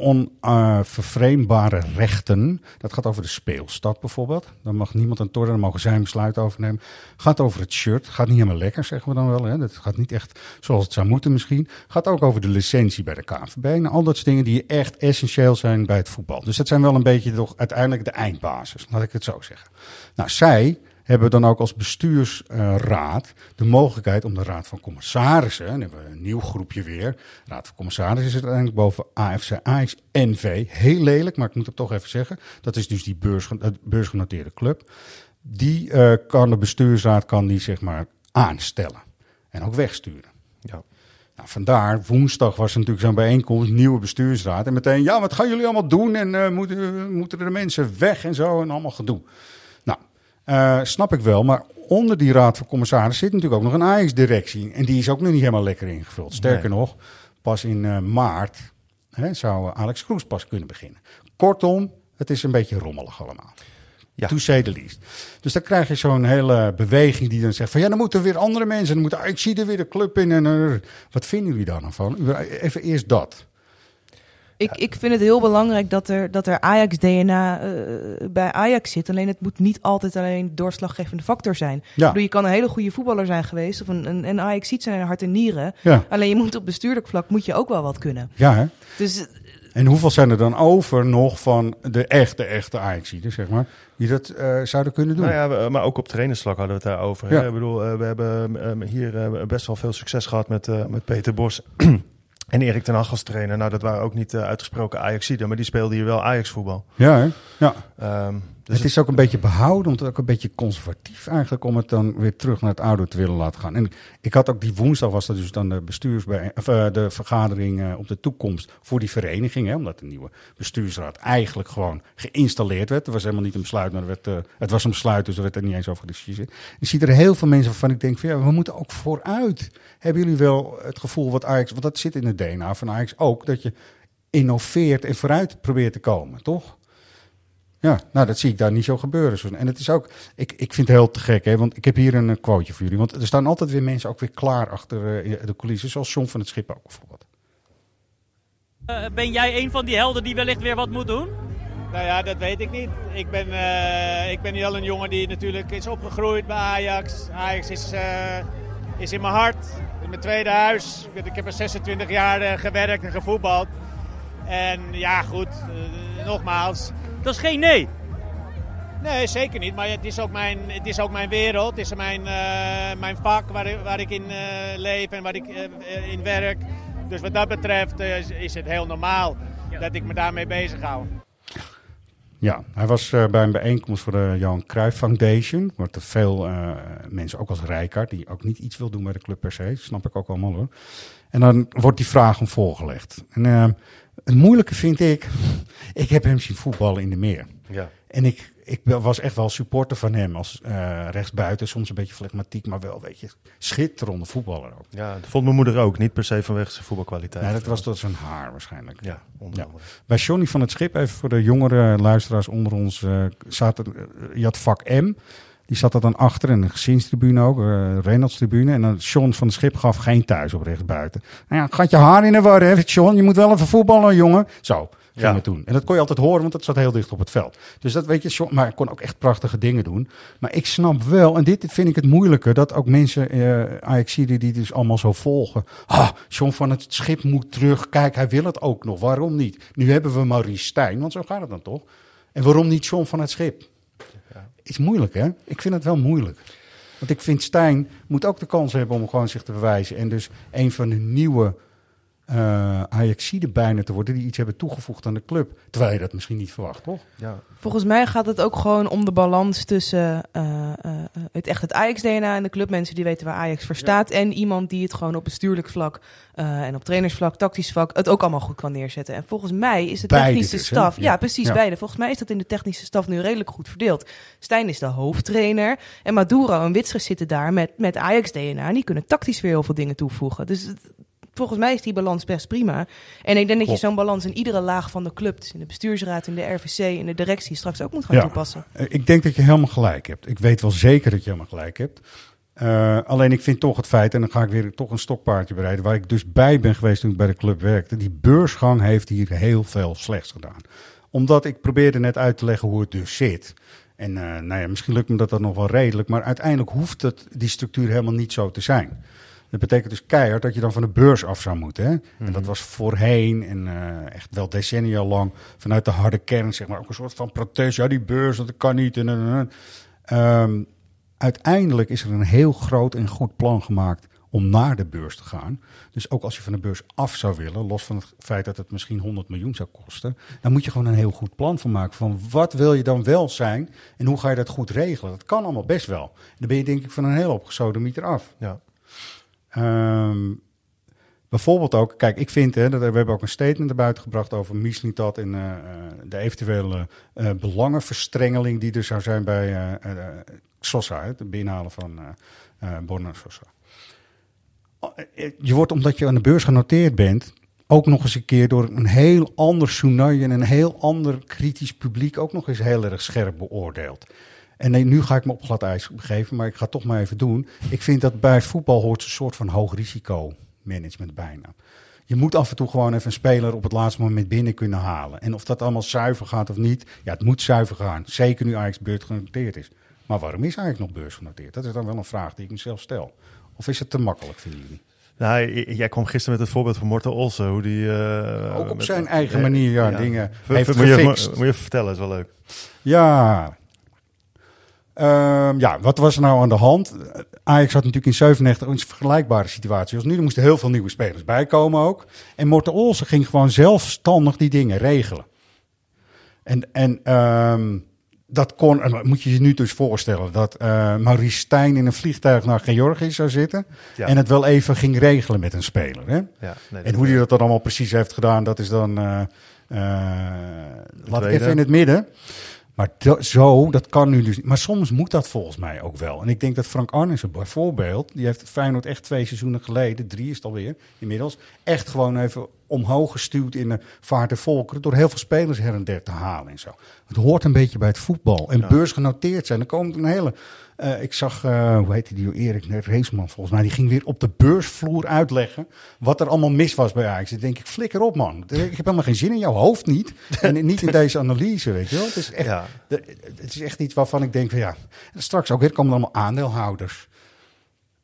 onvervreembare uh, rechten. Dat gaat over de speelstad bijvoorbeeld. Daar mag niemand aan tornen, daar mogen zij een besluit over nemen. Gaat over het shirt, gaat niet helemaal lekker, zeggen we dan wel. Hè? Dat gaat niet echt zoals het zou moeten misschien. Gaat ook over de licentie bij de K N V B. En al dat soort dingen die echt essentieel zijn bij het voetbal. Dus dat zijn wel een beetje toch uiteindelijk de eindbasis, laat ik het zo zeggen. Nou, zij hebben dan ook als bestuursraad uh, de mogelijkheid om de Raad van Commissarissen, en dan hebben we een nieuw groepje weer, de Raad van Commissarissen is uiteindelijk boven A F C Ajax N V, heel lelijk, maar ik moet het toch even zeggen, dat is dus die beurs, uh, beursgenoteerde club, die uh, kan de bestuursraad kan die, zeg maar, aanstellen en ook wegsturen. Ja. Nou, vandaar, woensdag was er natuurlijk zo'n bijeenkomst, nieuwe bestuursraad, en meteen, ja, wat gaan jullie allemaal doen en uh, moeten, uh, moeten er de mensen weg en zo en allemaal gedoe. Uh, snap ik wel, maar onder die raad van commissarissen zit natuurlijk ook nog een Ajax-directie. En die is ook nog niet helemaal lekker ingevuld. Sterker nee. nog, pas in uh, maart hè, zou Alex Kroes pas kunnen beginnen. Kortom, het is een beetje rommelig allemaal. Ja. To say the least. Dus dan krijg je zo'n hele beweging die dan zegt van ja, dan moeten er weer andere mensen. Dan moet Ajax er weer de club in. En, uh, wat vinden jullie daar nou van? Even eerst dat. Ik, ik vind het heel belangrijk dat er, dat er Ajax-D N A uh, bij Ajax zit. Alleen het moet niet altijd alleen de doorslaggevende factor zijn. Ja. Ik bedoel, je kan een hele goede voetballer zijn geweest. Of een, een, een Ajax-ziet zijn in hart en nieren. Ja. Alleen je moet op bestuurlijk vlak moet je ook wel wat kunnen. Ja, hè? Dus, en hoeveel zijn er dan over nog van de echte, echte Ajax-zieten, zeg maar, die dat uh, zouden kunnen doen? Nou ja, maar ook op trainersvlak hadden we het daarover. Ja. Ik bedoel, uh, we hebben uh, hier uh, best wel veel succes gehad met, uh, met Peter Bos en Erik ten Hag als trainer. Nou, dat waren ook niet uh, uitgesproken Ajax-zieden, maar die speelden hier wel Ajax-voetbal. Ja, hè? Ja. Um, dus het is ook een beetje behouden, ook een beetje conservatief eigenlijk, om het dan weer terug naar het oude te willen laten gaan. En ik had ook die woensdag, was dat dus dan de bestuursbij, of uh, de vergadering uh, op de toekomst voor die vereniging, hè, omdat de nieuwe bestuursraad eigenlijk gewoon geïnstalleerd werd. Er was helemaal niet een besluit, maar er werd, uh, het was een besluit, dus er werd er niet eens over gediscussieerd. Je ziet er heel veel mensen waarvan ik denk van ja, we moeten ook vooruit. Hebben jullie wel het gevoel wat Ajax, want dat zit in het D N A van Ajax ook, dat je innoveert en vooruit probeert te komen, toch? Ja, nou dat zie ik daar niet zo gebeuren. En het is ook, ik, ik vind het heel te gek, hè, want ik heb hier een quoteje voor jullie. Want er staan altijd weer mensen ook weer klaar achter uh, de coulissen, zoals John van het Schip ook bijvoorbeeld. Uh, ben jij een van die helden die wellicht weer wat moet doen? Nou ja, dat weet ik niet. Ik ben, uh, ik ben nu al een jongen die natuurlijk is opgegroeid bij Ajax. Ajax is, uh, is in mijn hart, in mijn tweede huis. Ik heb er zesentwintig jaar uh, gewerkt en gevoetbald. En ja, goed, uh, nogmaals. Dat is geen nee. Nee, zeker niet. Maar het is ook mijn, het is ook mijn wereld. Het is mijn, uh, mijn vak waar, waar ik in uh, leef en waar ik uh, in werk. Dus wat dat betreft uh, is, is het heel normaal ja. dat ik me daarmee bezig hou. Ja, hij was uh, bij een bijeenkomst voor de Johan Cruijff Foundation. Waar er veel uh, mensen, ook als Rijkaard, die ook niet iets wil doen bij de club per se. Dat snap ik ook allemaal hoor. En dan wordt die vraag hem voorgelegd. En uh, het moeilijke vind ik, ik heb hem zien voetballen in de Meer. Ja. En ik, ik was echt wel supporter van hem als uh, rechtsbuiten. Soms een beetje flegmatiek, maar wel, weet je, schitterende voetballer ook. Ja, dat vond mijn moeder ook. Niet per se vanwege zijn voetbalkwaliteit. Nee, dat was tot zijn haar waarschijnlijk. Ja, onder andere. Ja. Bij Johnny van het Schip, even voor de jongere luisteraars onder ons, uh, zaten, uh, je had vak M. Die zat er dan achter en een gezinstribune ook, uh, Reynolds-tribune. En dan John van het Schip gaf geen thuis op rechtsbuiten. Nou ja, gaat je haar in de war, hè, John? Je moet wel even voetballen, jongen. Zo. Ging het doen. En dat kon je altijd horen, want dat zat heel dicht op het veld. Dus dat weet je, maar ik kon ook echt prachtige dingen doen. Maar ik snap wel, en dit vind ik het moeilijke, dat ook mensen, uh, Ajaxiden die dus allemaal zo volgen. Ah, John van het Schip moet terug. Kijk, hij wil het ook nog. Waarom niet? Nu hebben we Maurice Stijn, want zo gaat het dan toch? En waarom niet John van het Schip? Ja. Is moeilijk, hè? Ik vind het wel moeilijk. Want ik vind Stijn moet ook de kans hebben om gewoon zich te bewijzen. En dus een van de nieuwe Uh, Ajaxiden bijna te worden die iets hebben toegevoegd aan de club. Terwijl je dat misschien niet verwacht, toch? Ja. Volgens mij gaat het ook gewoon om de balans tussen uh, uh, het echt het Ajax-D N A in de club. Mensen die weten waar Ajax voor staat. Ja. En iemand die het gewoon op bestuurlijk vlak uh, en op trainersvlak, tactisch vlak, het ook allemaal goed kan neerzetten. En volgens mij is de technische dus, staf... Ja, ja, precies, ja. beide. Volgens mij is dat in de technische staf nu redelijk goed verdeeld. Stijn is de hoofdtrainer. En Maduro en Witsche zitten daar met, met Ajax-D N A. En die kunnen tactisch weer heel veel dingen toevoegen. Dus... Volgens mij is die balans best prima. En ik denk dat je zo'n balans in iedere laag van de club, dus in de bestuursraad, in de R V C, in de directie, straks ook moet gaan ja, toepassen. Ik denk dat je helemaal gelijk hebt. Ik weet wel zeker dat je helemaal gelijk hebt. Uh, alleen ik vind toch het feit, en dan ga ik weer toch een stokpaardje bereiden, waar ik dus bij ben geweest toen ik bij de club werkte. Die beursgang heeft hier heel veel slechts gedaan. Omdat ik probeerde net uit te leggen hoe het dus zit. En uh, nou ja, misschien lukt me dat dan nog wel redelijk, maar uiteindelijk hoeft het, die structuur helemaal niet zo te zijn. Dat betekent dus keihard dat je dan van de beurs af zou moeten. Hè? Mm-hmm. En dat was voorheen en uh, echt wel decennia lang vanuit de harde kern, zeg maar, ook een soort van protest. Ja, die beurs, dat kan niet. En, en, en. Um, uiteindelijk is er een heel groot en goed plan gemaakt om naar de beurs te gaan. Dus ook als je van de beurs af zou willen, los van het feit dat het misschien honderd miljoen zou kosten, dan moet je gewoon een heel goed plan van maken. Van wat wil je dan wel zijn en hoe ga je dat goed regelen? Dat kan allemaal best wel. En dan ben je denk ik van een heel opgesodemieter af. Ja. Um, bijvoorbeeld ook, kijk, ik vind, hè, dat we hebben ook een statement naar buiten gebracht over Mislintat en uh, de eventuele uh, belangenverstrengeling die er zou zijn bij uh, uh, Sosa, het binnenhalen van uh, uh, Borna Sosa. Je wordt, omdat je aan de beurs genoteerd bent, ook nog eens een keer door een heel ander tsunami en een heel ander kritisch publiek ook nog eens heel erg scherp beoordeeld. En nee, nu ga ik me op glad ijs begeven, maar ik ga het toch maar even doen. Ik vind dat bij voetbal hoort een soort van hoog risico management bijna. Je moet af en toe gewoon even een speler op het laatste moment binnen kunnen halen. En of dat allemaal zuiver gaat of niet, ja, het moet zuiver gaan. Zeker nu Ajax beursgenoteerd is. Maar waarom is Ajax nog beursgenoteerd? Dat is dan wel een vraag die ik mezelf stel. Of is het te makkelijk, vinden jullie? Nou, jij kwam gisteren met het voorbeeld van Morten Olsen. Hoe die, uh, ook op met, zijn eigen uh, manier ja, ja. dingen v- heeft moet gefixt. Je, moet je even vertellen, is wel leuk. Ja... Um, ja, wat was er nou aan de hand? Ajax had natuurlijk in zevenennegentig een vergelijkbare situatie als nu. Er moesten heel veel nieuwe spelers bijkomen ook. En Morten Olsen ging gewoon zelfstandig die dingen regelen. En, en um, dat kon, moet je je nu dus voorstellen, dat uh, Maurice Stijn in een vliegtuig naar Georgië zou zitten. Ja. En het wel even ging regelen met een speler. Hè? Ja, nee, en hoe hij dat dan allemaal precies heeft gedaan, dat is dan, uh, uh, laat ik even in het midden. Maar to, zo, dat kan nu dus niet. Maar soms moet dat volgens mij ook wel. En ik denk dat Frank Arnissen bijvoorbeeld, die heeft Feyenoord echt twee seizoenen geleden, drie is het alweer inmiddels, echt gewoon even omhoog gestuurd in de vaart en volkeren door heel veel spelers her en der te halen en zo. Het hoort een beetje bij het voetbal. En ja. beursgenoteerd zijn. Dan komt een hele... Uh, ik zag, uh, hoe heette die, Erik Reesman volgens mij, die ging weer op de beursvloer uitleggen wat er allemaal mis was bij Ajax. Dan denk ik, flikker op man. Ik heb helemaal geen zin in jouw hoofd niet. En niet in deze analyse, weet je wel. Het is echt, ja. de, het is echt iets waarvan ik denk van ja, straks ook weer komen er allemaal aandeelhouders.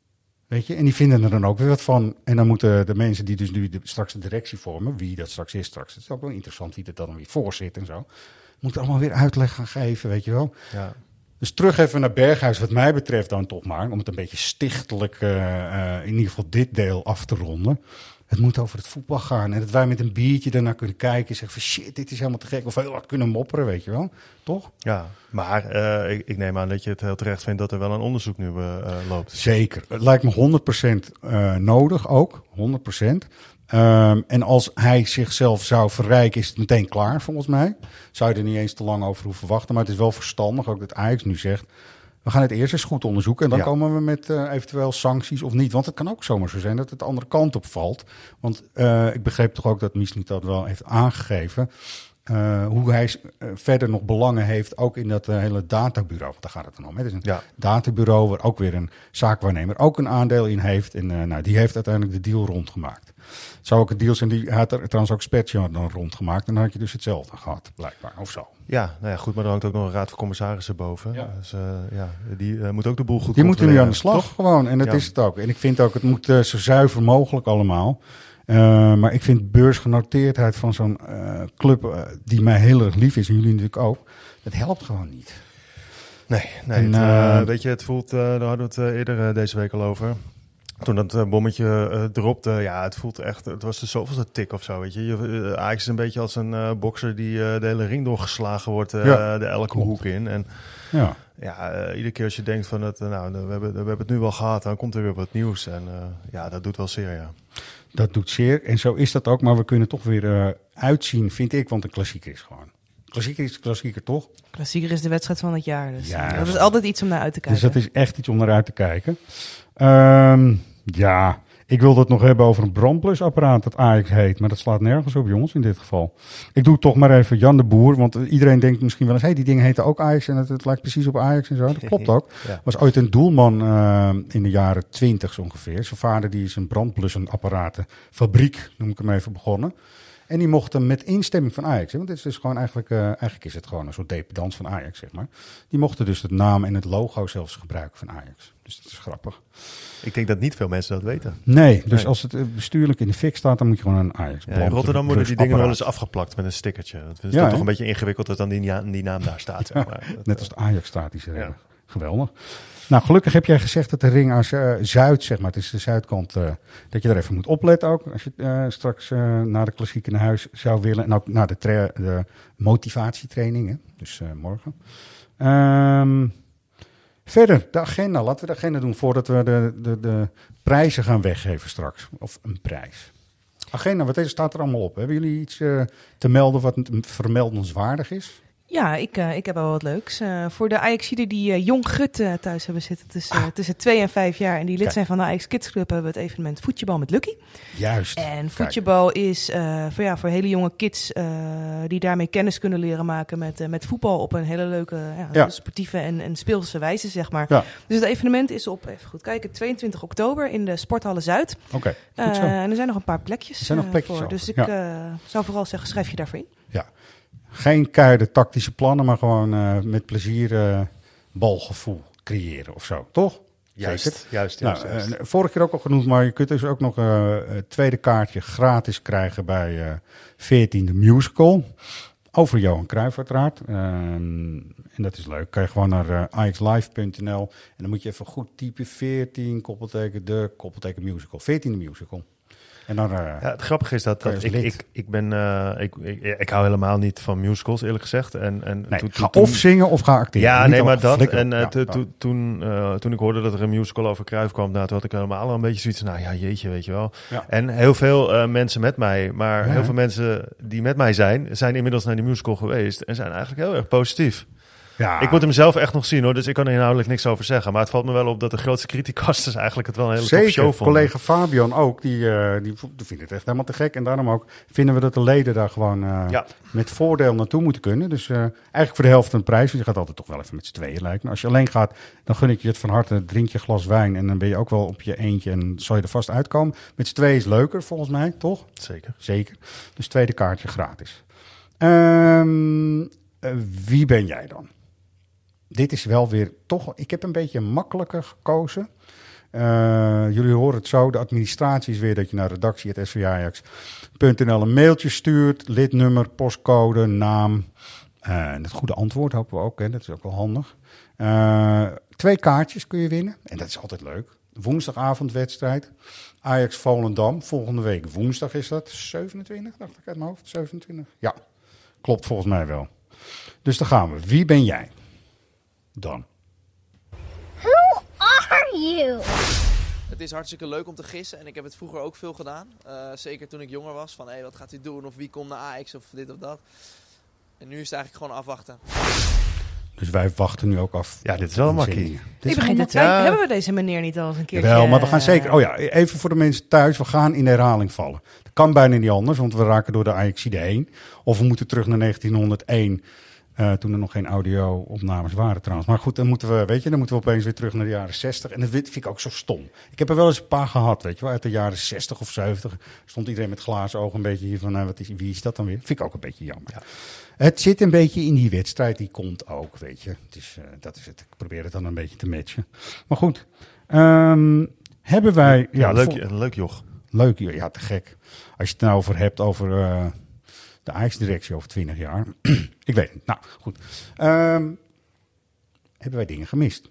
Weet je? En die vinden er dan ook weer wat van. En dan moeten de mensen die dus nu de, straks de directie vormen, wie dat straks is straks, het is ook wel interessant wie er dan weer voor zit en zo, moeten allemaal weer uitleg gaan geven, weet je wel. Ja. Dus terug even naar Berghuis, wat mij betreft dan toch maar, om het een beetje stichtelijk uh, uh, in ieder geval dit deel af te ronden. Het moet over het voetbal gaan. En dat wij met een biertje daarnaar kunnen kijken en zeggen van shit, dit is helemaal te gek. Of heel hard kunnen mopperen, weet je wel. Toch? Ja, maar uh, ik, ik neem aan dat je het heel terecht vindt dat er wel een onderzoek nu uh, loopt. Zeker. Het lijkt me honderd procent uh, nodig ook. honderd procent. Um, en als hij zichzelf zou verrijken, is het meteen klaar volgens mij. Zou je er niet eens te lang over hoeven wachten. Maar het is wel verstandig, ook dat Ajax nu zegt, we gaan het eerst eens goed onderzoeken en dan ja. komen we met uh, eventueel sancties of niet. Want het kan ook zomaar zo zijn dat het de andere kant op valt. Want uh, ik begreep toch ook dat Misling dat wel heeft aangegeven. Uh, hoe hij uh, verder nog belangen heeft, ook in dat uh, hele databureau. Want daar gaat het dan om. Hè? Het is een ja. databureau waar ook weer een zaakwaarnemer ook een aandeel in heeft. En uh, nou, die heeft uiteindelijk de deal rondgemaakt. Het zou ook een deal zijn, die had er trouwens ook Spezia dan rondgemaakt. En dan had je dus hetzelfde gehad, blijkbaar, of zo. Ja, nou ja, goed, maar er hangt ook nog een raad van commissarissen boven. Ja. Dus uh, ja, die uh, moet ook de boel goed Die moeten nu aan de slag, toch? Gewoon. En dat ja. is het ook. En ik vind ook, het moet uh, zo zuiver mogelijk allemaal. Uh, maar ik vind beursgenoteerdheid van zo'n uh, club uh, die mij heel erg lief is, en jullie natuurlijk ook, dat helpt gewoon niet. Nee, nee en, het, uh, weet je, het voelt, uh, daar hadden we het uh, eerder uh, deze week al over. Toen dat uh, bommetje uh, dropte, ja, het voelt echt, het was de zoveelste tik of zo, weet je. je uh, Ajax is een beetje als een uh, bokser die uh, de hele ring doorgeslagen wordt, uh, ja, de elke klopt. hoek in. En ja, ja uh, iedere keer als je denkt van, het, uh, nou, we hebben, we hebben het nu wel gehad, dan komt er weer wat nieuws. En uh, ja, dat doet wel zeer, ja. Dat doet zeer. En zo is dat ook. Maar we kunnen toch weer uh, uitzien, vind ik. Want een klassieker is gewoon. Klassieker is klassieker, toch? Klassieker is de wedstrijd van het jaar. Dus ja, dat is altijd iets om naar uit te kijken. Dus dat is echt iets om naar uit te kijken. Um, ja, ik wilde het nog hebben over een brandblusapparaat dat Ajax heet. Maar dat slaat nergens op, jongens, in dit geval. Ik doe toch maar even Jan de Boer. Want iedereen denkt misschien wel eens, hé, hey, die dingen heten ook Ajax. En het, het lijkt precies op Ajax en zo. Dat klopt ook. Ja. Was ooit een doelman uh, in de jaren twintig zo ongeveer. Zijn vader die is een brandblussapparatenfabriek, noem ik hem even, begonnen. En die mochten met instemming van Ajax, hè, want het is dus gewoon eigenlijk, uh, eigenlijk is het gewoon een soort dependance van Ajax, zeg maar. Die mochten dus het naam en het logo zelfs gebruiken van Ajax. Dus dat is grappig. Ik denk dat niet veel mensen dat weten. Nee, dus nee. als het bestuurlijk in de fik staat, dan moet je gewoon een Ajax. Ja, in Rotterdam worden die dingen wel eens afgeplakt met een stickertje. Dat is ja, toch een beetje ingewikkeld dat dan die, na- die naam daar staat. Ja, zeg maar. dat, net als de Ajax staat die ze ja. hebben. Geweldig. Nou, gelukkig heb jij gezegd dat de ring aan uh, Zuid, zeg maar, het is de zuidkant, uh, dat je daar even moet opletten ook. Als je uh, straks uh, naar de klassieke naar huis zou willen. En ook naar de, tra- de motivatietraining, hè? Dus uh, morgen. Um, verder, de agenda. Laten we de agenda doen voordat we de, de, de prijzen gaan weggeven straks. Of een prijs. Agenda, wat is, staat er allemaal op? Hebben jullie iets uh, te melden wat vermeldenswaardig is? Ja, ik, uh, ik heb wel wat leuks. Uh, voor de Ajaxiden die uh, jong gut uh, thuis hebben zitten tussen, ah. tussen twee en vijf jaar en die lid Kijk. zijn van de Ajax Kids Club, hebben we het evenement Voetjebal met Lucky. Juist. En voetjebal is uh, voor, ja, voor hele jonge kids uh, die daarmee kennis kunnen leren maken met, uh, met voetbal op een hele leuke, ja, ja. sportieve en, en speelse wijze, zeg maar. Ja. Dus het evenement is op, even goed kijken, tweeëntwintig oktober in de Sporthallen Zuid. Oké, okay, uh, en er zijn nog een paar plekjes, er zijn nog plekjes uh, voor. Over. Dus ik ja. uh, zou vooral zeggen, schrijf je daarvoor in. Ja. Geen keiharde tactische plannen, maar gewoon uh, met plezier uh, balgevoel creëren of zo, toch? Juist, Zeker? juist, juist. Nou, juist. Uh, vorige keer ook al genoemd, maar je kunt dus ook nog uh, het tweede kaartje gratis krijgen bij uh, veertien de Musical. Over Johan Cruijff uiteraard. Uh, en dat is leuk. Kan je gewoon naar uh, ajaxlive punt n l en dan moet je even goed typen veertien, koppelteken de, koppelteken musical. veertien de Musical. En dan, uh, ja, het grappige is dat, dat ik, ik, ik ben, uh, ik, ik, ik hou helemaal niet van musicals, eerlijk gezegd. En, en nee, toen, ga toen, of zingen of ga acteren. Ja, niet nee, maar dat. flikken. En uh, ja, to, to, toen, uh, toen ik hoorde dat er een musical over Cruijff kwam, nou, toen had ik helemaal een beetje zoiets van, nou ja, jeetje, weet je wel. Ja. En heel veel uh, mensen met mij, maar ja. heel veel mensen die met mij zijn, zijn inmiddels naar die musical geweest en zijn eigenlijk heel erg positief. Ja. Ik moet hem zelf echt nog zien hoor, dus ik kan er inhoudelijk niks over zeggen. Maar het valt me wel op dat de grootste criticasters eigenlijk het wel een hele Zeker. toffe show vonden. Collega Fabian ook, die, uh, die, die vindt het echt helemaal te gek. En daarom ook vinden we dat de leden daar gewoon uh, ja. met voordeel naartoe moeten kunnen. Dus uh, eigenlijk voor de helft van de prijs. Want je gaat altijd toch wel even met z'n tweeën lijkt me. Als je alleen gaat, dan gun ik je het van harte. Drink je een glas wijn en dan ben je ook wel op je eentje en zal je er vast uitkomen. Met z'n tweeën is leuker volgens mij, toch? Zeker. Zeker. Dus tweede kaartje gratis. Um, uh, wie ben jij dan? Dit is wel weer toch... Ik heb een beetje makkelijker gekozen. Uh, jullie horen het zo. De administratie is weer dat je naar redactie punt s v ajax punt n l een mailtje stuurt. Lidnummer, postcode, naam. Uh, en het goede antwoord hopen we ook. Hè. Dat is ook wel handig. Uh, twee kaartjes kun je winnen. En dat is altijd leuk. Woensdagavondwedstrijd. Ajax-Volendam. Volgende week woensdag is dat. zevenentwintig, dacht ik uit mijn hoofd. zevenentwintig. Ja, klopt volgens mij wel. Dus daar gaan we. Wie ben jij? Dan. Who are you? Het is hartstikke leuk om te gissen en ik heb het vroeger ook veel gedaan. Uh, zeker toen ik jonger was. Van hey, wat gaat hij doen of wie komt naar Ajax of dit of dat. En nu is het eigenlijk gewoon afwachten. Dus wij wachten nu ook af. Ja, dit is wel een makkie. Ik begin te twijfelen. Ja. Hebben we deze meneer niet al eens een keertje? Wel, maar we gaan zeker... Oh ja, even voor de mensen thuis. We gaan in herhaling vallen. Dat kan bijna niet anders, want we raken door de Ajaxide heen. Of we moeten terug naar negentienhonderdéén... Uh, toen er nog geen audio-opnames waren trouwens. Maar goed, dan moeten we, weet je, dan moeten we opeens weer terug naar de jaren zestig. En dat vind ik ook zo stom. Ik heb er wel eens een paar gehad, weet je wel. Uit de jaren zestig of zeventig stond iedereen met glazen ogen een beetje hier van... Uh, wat is, wie is dat dan weer? Vind ik ook een beetje jammer. Ja. Het zit een beetje in die wedstrijd, die komt ook, weet je. Het is, uh, dat is het. Ik probeer het dan een beetje te matchen. Maar goed, um, hebben wij... Ja, ja leuk, vol- leuk joch. Leuk, ja, te gek. Als je het nou over hebt, over... Uh, de Ajax-directie over twintig jaar. Ik weet het. Nou, goed. Um, hebben wij dingen gemist?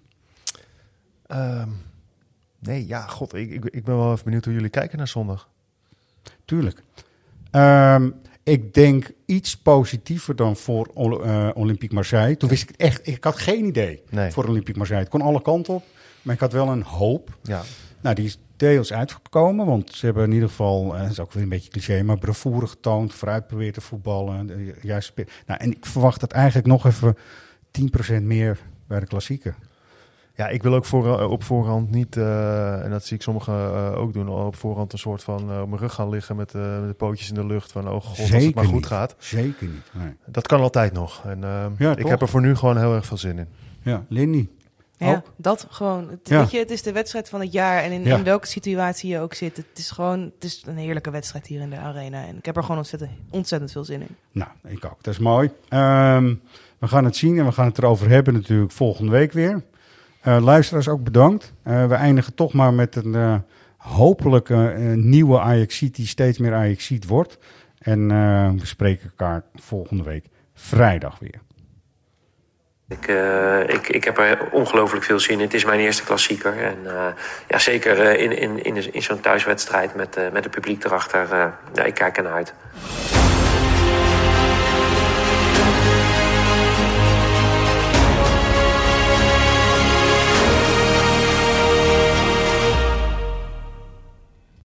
Um, nee, ja, god. Ik, ik, ik ben wel even benieuwd hoe jullie kijken naar zondag. Tuurlijk. Um, ik denk iets positiever dan voor uh, Olympique Marseille. Toen wist ik het echt. Ik had geen idee nee. voor Olympique Marseille. Het kon alle kanten op. Maar ik had wel een hoop. Ja. Nou, die is deels uitgekomen, want ze hebben in ieder geval, dat is ook weer een beetje cliché, maar bravoure getoond, vooruit proberen te voetballen. De juiste spe- nou, en ik verwacht dat eigenlijk nog even tien procent meer bij de klassieker. Ja, ik wil ook voor, op voorhand niet, uh, en dat zie ik sommigen uh, ook doen, op voorhand een soort van uh, op mijn rug gaan liggen met, uh, met de pootjes in de lucht. Van, oh god, Zeker als het maar goed niet. gaat. Zeker niet. Nee. Dat kan altijd nog. En uh, ja, ik heb er voor nu gewoon heel erg veel zin in. Ja, Lindy. Ja, ook? dat gewoon. Het, ja. weet je, het is de wedstrijd van het jaar. En in, ja. in welke situatie je ook zit. Het is gewoon het is een heerlijke wedstrijd hier in de arena. En ik heb er gewoon ontzettend, ontzettend veel zin in. Nou, ik ook. Dat is mooi. Um, we gaan het zien en we gaan het erover hebben natuurlijk volgende week weer. Uh, luisteraars ook bedankt. Uh, we eindigen toch maar met een uh, hopelijk uh, nieuwe Ajaxiet die steeds meer Ajaxiet wordt. En uh, we spreken elkaar volgende week vrijdag weer. Ik, uh, ik, ik heb er ongelooflijk veel zin in. Het is mijn eerste klassieker. En uh, ja, zeker uh, in, in, in, in zo'n thuiswedstrijd met, uh, met het publiek erachter. Uh, ja, ik kijk ernaar uit.